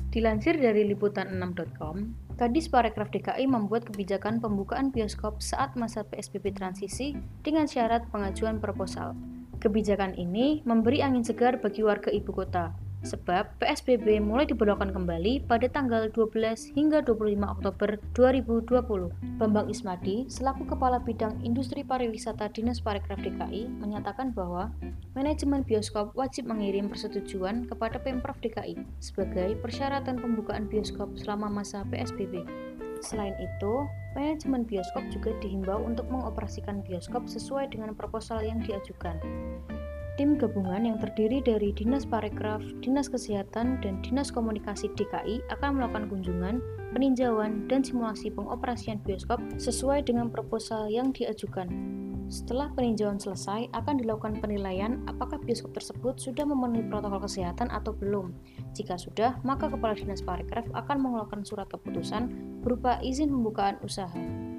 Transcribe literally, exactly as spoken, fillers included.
Dilansir dari liputan enam titik com, Kadis Parekraf D K I membuat kebijakan pembukaan bioskop saat masa P S B B transisi dengan syarat pengajuan proposal. Kebijakan ini memberi angin segar bagi warga ibu kota, sebab P S B B mulai diberlakukan kembali pada tanggal dua belas hingga dua puluh lima Oktober dua ribu dua puluh. Bambang Ismadi, selaku Kepala Bidang Industri Pariwisata Dinas Parekraf D K I, menyatakan bahwa manajemen bioskop wajib mengirim persetujuan kepada Pemprov D K I sebagai persyaratan pembukaan bioskop selama masa P S B B. Selain itu, manajemen bioskop juga dihimbau untuk mengoperasikan bioskop sesuai dengan proposal yang diajukan. Tim gabungan yang terdiri dari Dinas Parekraf, Dinas Kesehatan, dan Dinas Komunikasi D K I akan melakukan kunjungan, peninjauan, dan simulasi pengoperasian bioskop sesuai dengan proposal yang diajukan. Setelah peninjauan selesai, akan dilakukan penilaian apakah bioskop tersebut sudah memenuhi protokol kesehatan atau belum. Jika sudah, maka Kepala Dinas Parekraf akan mengeluarkan surat keputusan berupa izin pembukaan usaha.